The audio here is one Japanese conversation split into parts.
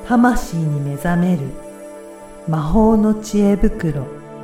魂に目覚める魔法の知恵袋。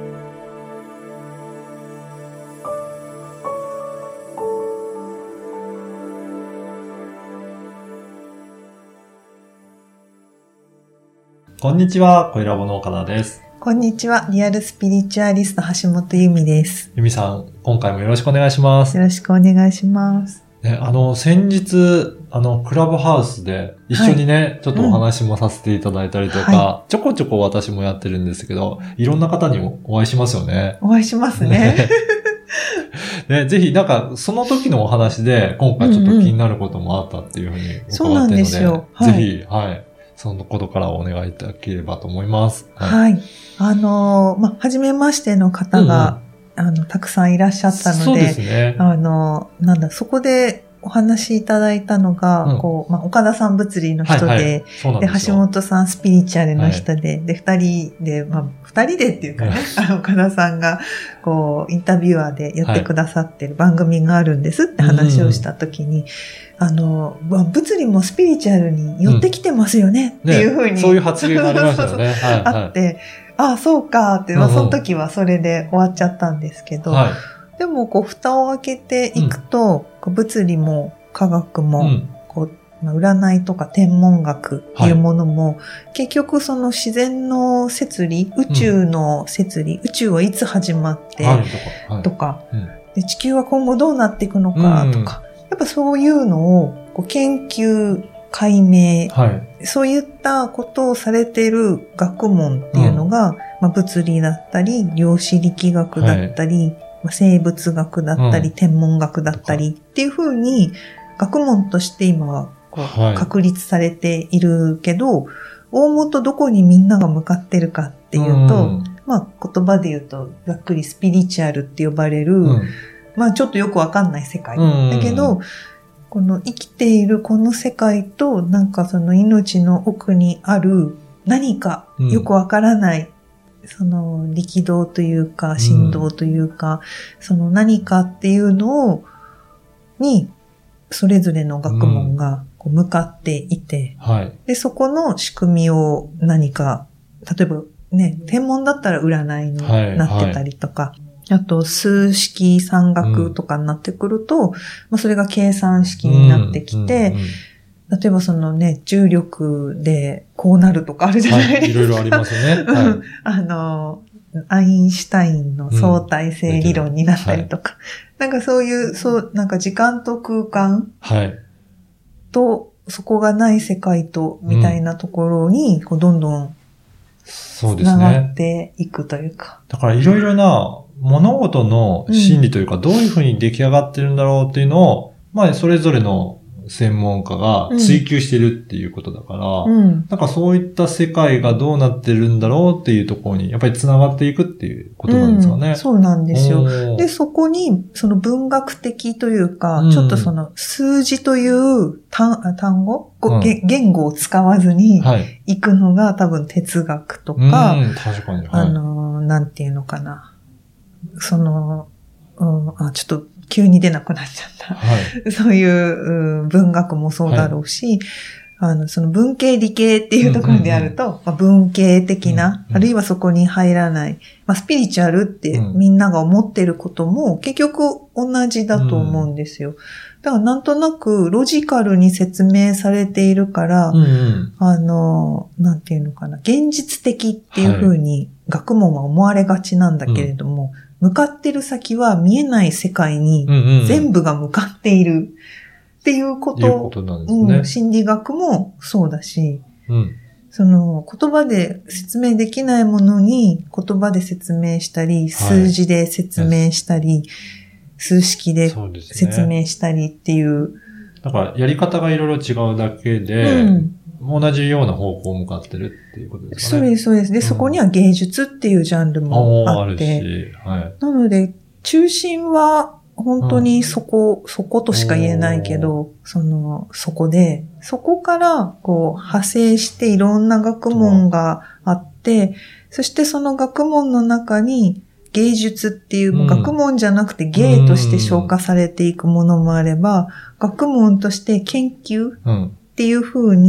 こんにちは、小ラボの岡田です。 こんにちは、リアルスピリチュアリスト橋本由美です。 由美さん、今回もよろしくお願いします。 よろしくお願いします。 ね、先日、クラブハウスで一緒にね、ちょっとお話もさせていただいたりとか、ちょこちょこ私もやってるんですけど、いろんな方にもお会いしますよね。 お会いしますね。 ね、ぜひ、その時のお話で、今回ちょっと気になることもあったっていうふうに伺っているので、 そうなんですよ。 ぜひ、そのことからお願いいただければと思います。 はい。初めましての方が、たくさんいらっしゃったので、 そうですね。 そこでお話しいただいたのが、岡田さん物理の人で、で、橋本さんスピリチュアルの人で、で、二人でっていうかね、岡田さんが、インタビュアーでやってくださってる番組があるんですって話をしたときに、物理もスピリチュアルに寄ってきてますよねっていうふうに、 そういう発言がありましたよね。 あって、そうかって、その時はそれで終わっちゃったんですけど、でも、蓋を開けていくと、物理も科学も、占いとか天文学っていうものも、結局その自然の摂理、宇宙の摂理、宇宙はいつ始まって、とか、で、地球は今後どうなっていくのかとか、やっぱそういうのを研究、解明、そういったことをされている学問っていうのが、物理だったり、量子力学だったり、生物学だったり、天文学だったりっていうふうに、学問として今は確立されているけど、大元どこにみんなが向かってるかっていうと、言葉で言うと、ざっくりスピリチュアルって呼ばれる、ちょっとよくわかんない世界。だけど、この生きているこの世界と、その命の奥にある何かよくわからない、その力道というか、振動というか、その何かっていうのに、それぞれの学問が向かっていて、で、そこの仕組みを何か、例えばね、天文だったら占いになってたりとか、あと、数式算学とかになってくると、それが計算式になってきて、例えばそのね、重力でこうなるとかあるじゃないですか。 いろいろありますね。 アインシュタインの相対性理論になったりとか、そういう、時間と空間と、そこがない世界と、みたいなところに、どんどん、つながっていくというか。 だからいろいろな物事の心理というか、どういうふうに出来上がってるんだろうっていうのを、それぞれの専門家が追求してるっていうことだから、そういった世界がどうなってるんだろうっていうところに、やっぱり繋がっていくっていうことなんですかね。 そうなんですよ。で、そこに、その文学的というか、ちょっとその数字という単語、言語を使わずに行くのが多分哲学とか、 確かになんていうのかな。ちょっと急に出なくなっちゃった。そういう文学もそうだろうし、その文系理系っていうところであると、文系的な、あるいはそこに入らない、スピリチュアルってみんなが思ってることも結局同じだと思うんですよ。だからなんとなくロジカルに説明されているから、なんていうのかな、現実的っていうふうに学問は思われがちなんだけれども、向かってる先は見えない世界に全部が向かっているっていうことなんですね。 心理学もそうだし、その言葉で説明できないものに言葉で説明したり、数字で説明したり、数式で説明したりっていう。 だからやり方がいろいろ違うだけで、同じような方向を向かってるっていうことですかね。 そうです。で、そこには芸術っていうジャンルもあって。なので、中心は本当にそことしか言えないけど、そこで、そこから派生していろんな学問があって、そしてその学問の中に芸術っていう、学問じゃなくて芸として消化されていくものもあれば、学問として研究っていう風に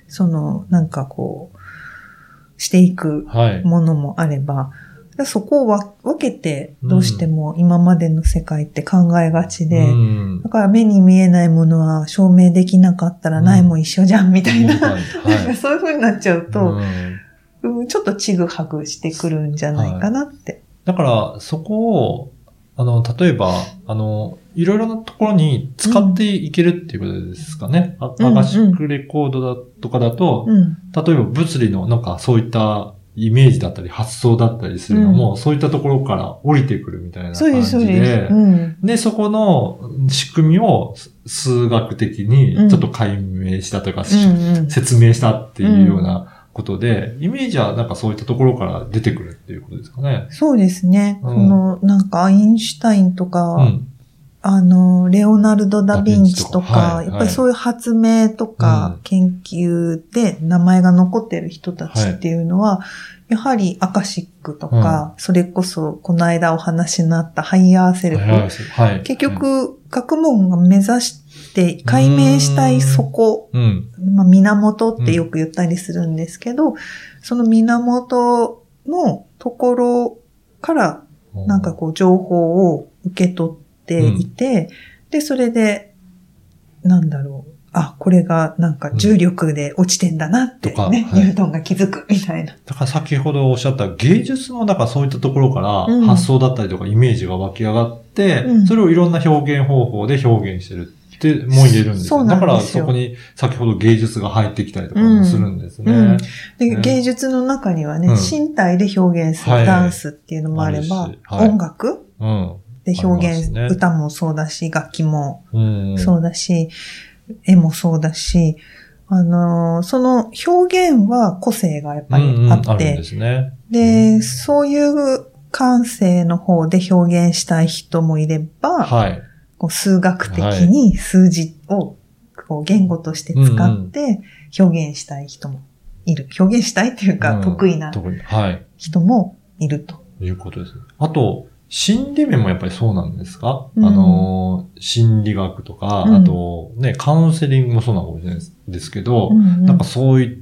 なんかこう、していくものもあれば、そこを分けてどうしても今までの世界って考えがちで、だから目に見えないものは証明できなかったらないも一緒じゃんみたいな、そういう風になっちゃうと、ちょっとちぐはぐしてくるんじゃないかなって。 だからそこを、例えば、いろいろなところに使っていけるっていうことですかね。アカシックレコードとかだと、例えば物理のなんかそういったイメージだったり発想だったりするのも、そういったところから降りてくるみたいな感じで、で、そこの仕組みを数学的にちょっと解明したというか、説明したっていうようなことで、イメージはなんかそういったところから出てくるっていうことですかね。 そうですね。なんかアインシュタインとか、レオナルド・ダ・ヴィンチとか、やっぱりそういう発明とか研究で名前が残ってる人たちっていうのは、やはりアカシックとか、それこそこの間お話になったハイヤーセルフ。結局、学問が目指して解明したいそこ、源ってよく言ったりするんですけど、その源のところからなんかこう情報を受け取っていて、で、それで、なんだろう。これがなんか重力で落ちてんだなってね、ニュートンが気づくみたいな。 だから先ほどおっしゃった芸術もだからそういったところから発想だったりとかイメージが湧き上がって、それをいろんな表現方法で表現してるっても言えるんですよ。だからそこに先ほど芸術が入ってきたりとかもするんですね。 で芸術の中にはね、身体で表現するダンスっていうのもあれば、音楽で表現、歌もそうだし、楽器もそうだし、絵もそうだし、その表現は個性がやっぱりあって、で、そういう感性の方で表現したい人もいれば、こう数学的に数字をこう言語として使って表現したい人もいる。表現したいっていうか、得意な人もいると。 いうことです。あと、心理面もやっぱりそうなんですか？心理学とか、あとね、カウンセリングもそうなのかもしれないですけど、なんかそういった、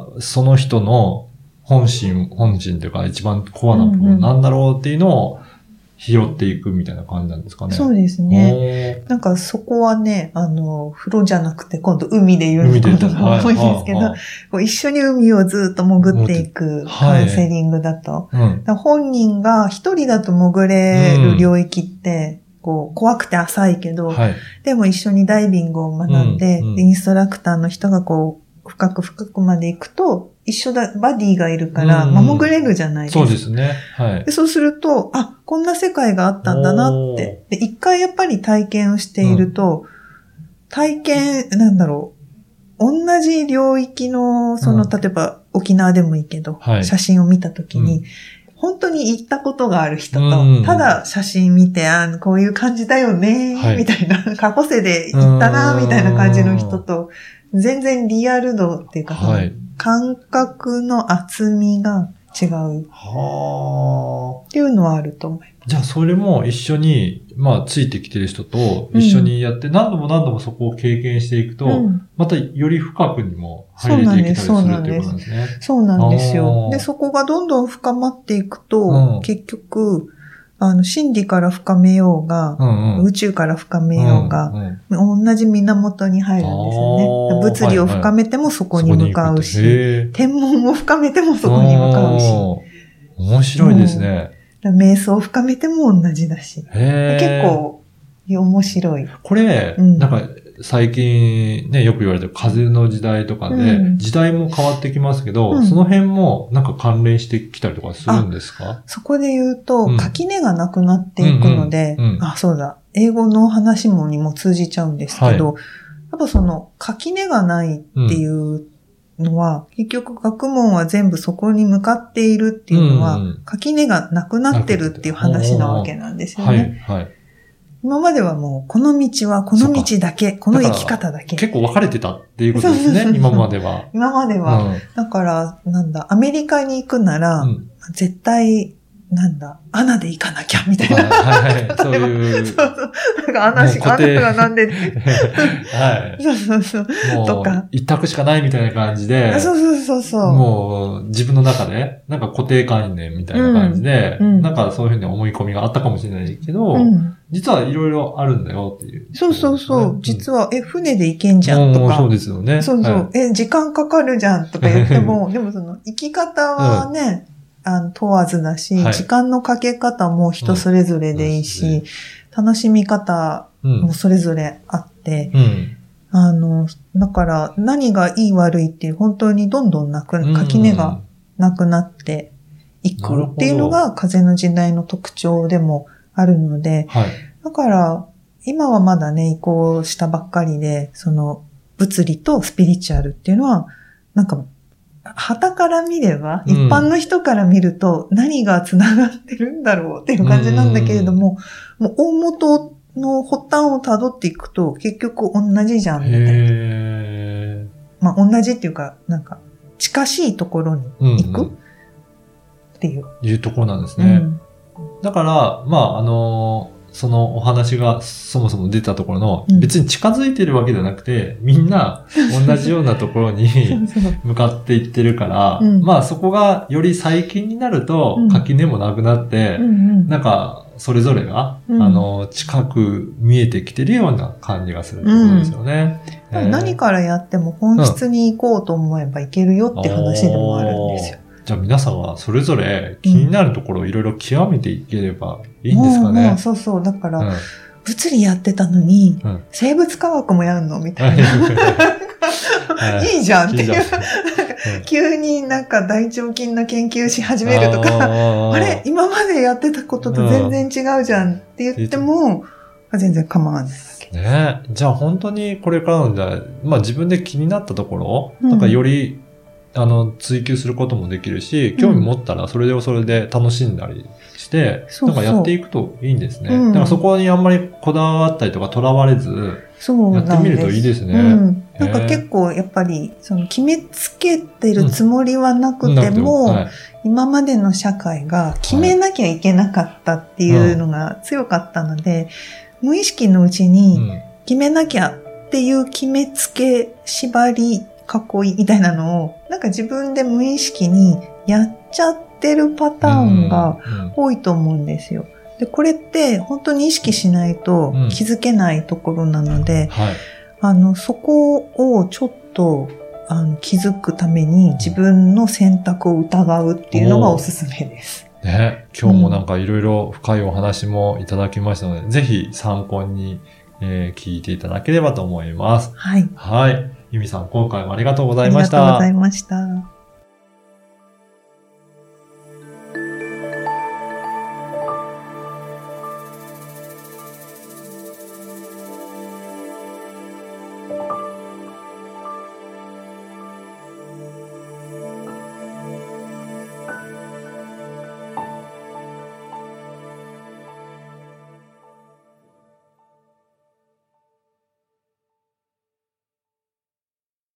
その人の本心というか一番コアな部分なんだろうっていうのを拾っていくみたいな感じなんですかね。 そうですね。なんかそこはね、風呂じゃなくて今度海で言うことが多いんですけど、こう一緒に海をずっと潜っていくカウンセリングだと。本人が一人だと潜れる領域って、こう怖くて浅いけど、でも一緒にダイビングを学んで、インストラクターの人がこう深くまで行くと、一緒だ、バディがいるから、潜れるじゃないですか。 そうですね。 でそうすると、こんな世界があったんだなって。で、一回やっぱり体験をしていると、なんだろう。同じ領域の、例えば沖縄でもいいけど、写真を見たときに、本当に行ったことがある人と、ただ写真見て、こういう感じだよね、みたいな、過去世で行ったな、みたいな感じの人と、全然リアル度っていうか、感覚の厚みが違う。っていうのはあると思います。 じゃあそれも一緒に、ついてきてる人と一緒にやって、何度もそこを経験していくと、またより深くにも入れていけたりするっていうことなんですね。 そうなんですよ。で、そこがどんどん深まっていくと、結局、真理から深めようが、宇宙から深めようが、同じ源に入るんですよね。物理を深めてもそこに向かうし、天文を深めてもそこに向かうし。 面白いですね。 瞑想を深めても同じだし。結構面白い。 これ、なんか最近ね、よく言われてる風の時代とかで、時代も変わってきますけど、その辺もなんか関連してきたりとかするんですか？ そこで言うと、垣根がなくなっていくので、そうだ、英語の話にも通じちゃうんですけど、やっぱその垣根がないっていうのは、結局学問は全部そこに向かっているっていうのは、垣根がなくなってるっていう話なわけなんですよね。今まではもう、この道はこの道だけ、この生き方だけ。 結構分かれてたっていうことですね、今までは。 今までは。だから、アメリカに行くなら、絶対、 なんだ、穴で行かなきゃ、みたいな。 はいはい、そういう。 そうそう。なんか穴がなんで。 はい。 そうそうそう。とか。 一択しかないみたいな感じで。 そうそう。 もう、自分の中で、なんか固定観念みたいな感じで、なんかそういうふうに思い込みがあったかもしれないけど、実はいろいろあるんだよっていう。 そう。実は、船で行けんじゃんとか。 そうですよね。 そう。時間かかるじゃんとか言っても、でもその、生き方はね、問わずだし、時間のかけ方も人それぞれでいいし、楽しみ方もそれぞれあって、だから何がいい悪いっていう本当にどんどん垣根がなくなっていくっていうのが風の時代の特徴でもあるので、だから今はまだね、移行したばっかりで、その物理とスピリチュアルっていうのは、なんか旗から見れば、一般の人から見ると何が繋がってるんだろうっていう感じなんだけれども、もう大元の発端を辿っていくと結局同じじゃんみたいな。まあ同じっていうか、なんか近しいところに行くっていう。 いうところなんですね。だから、まあそのお話がそもそも出たところの、別に近づいてるわけじゃなくて、みんな同じようなところに向かっていってるから、まあそこがより最近になると垣根もなくなって、なんかそれぞれが、近く見えてきてるような感じがするってことですよね。 何からやっても本質に行こうと思えばいけるよって話でもあるんですよ。 じゃあ皆さんはそれぞれ気になるところをいろいろ極めていければいいんですかね。 そう。だから、物理やってたのに、生物科学もやるのみたいな。いいじゃんっていう。急になんか大腸菌の研究し始めるとか、あれ今までやってたことと全然違うじゃんって言っても、全然構わないわけ。 ねえ。じゃあ本当にこれからの時代、まあ自分で気になったところ、なんかより、追求することもできるし、興味持ったらそれで楽しんだりして、なんかやっていくといいんですね。だからそこにあんまりこだわったりとか囚われず、やってみるといいですね。 なんか結構やっぱり、決めつけてるつもりはなくても、今までの社会が決めなきゃいけなかったっていうのが強かったので、無意識のうちに決めなきゃっていう決めつけ、縛り、囲いみたいなのを、なんか自分で無意識にやっちゃってるパターンが多いと思うんですよ。で、これって本当に意識しないと気づけないところなので、そこをちょっと気づくために自分の選択を疑うっていうのがおすすめです。 ね、今日もなんかいろいろ深いお話もいただきましたので、ぜひ参考に、聞いていただければと思います。 はい。 はい。ゆみさん、今回もありがとうございました。 ありがとうございました。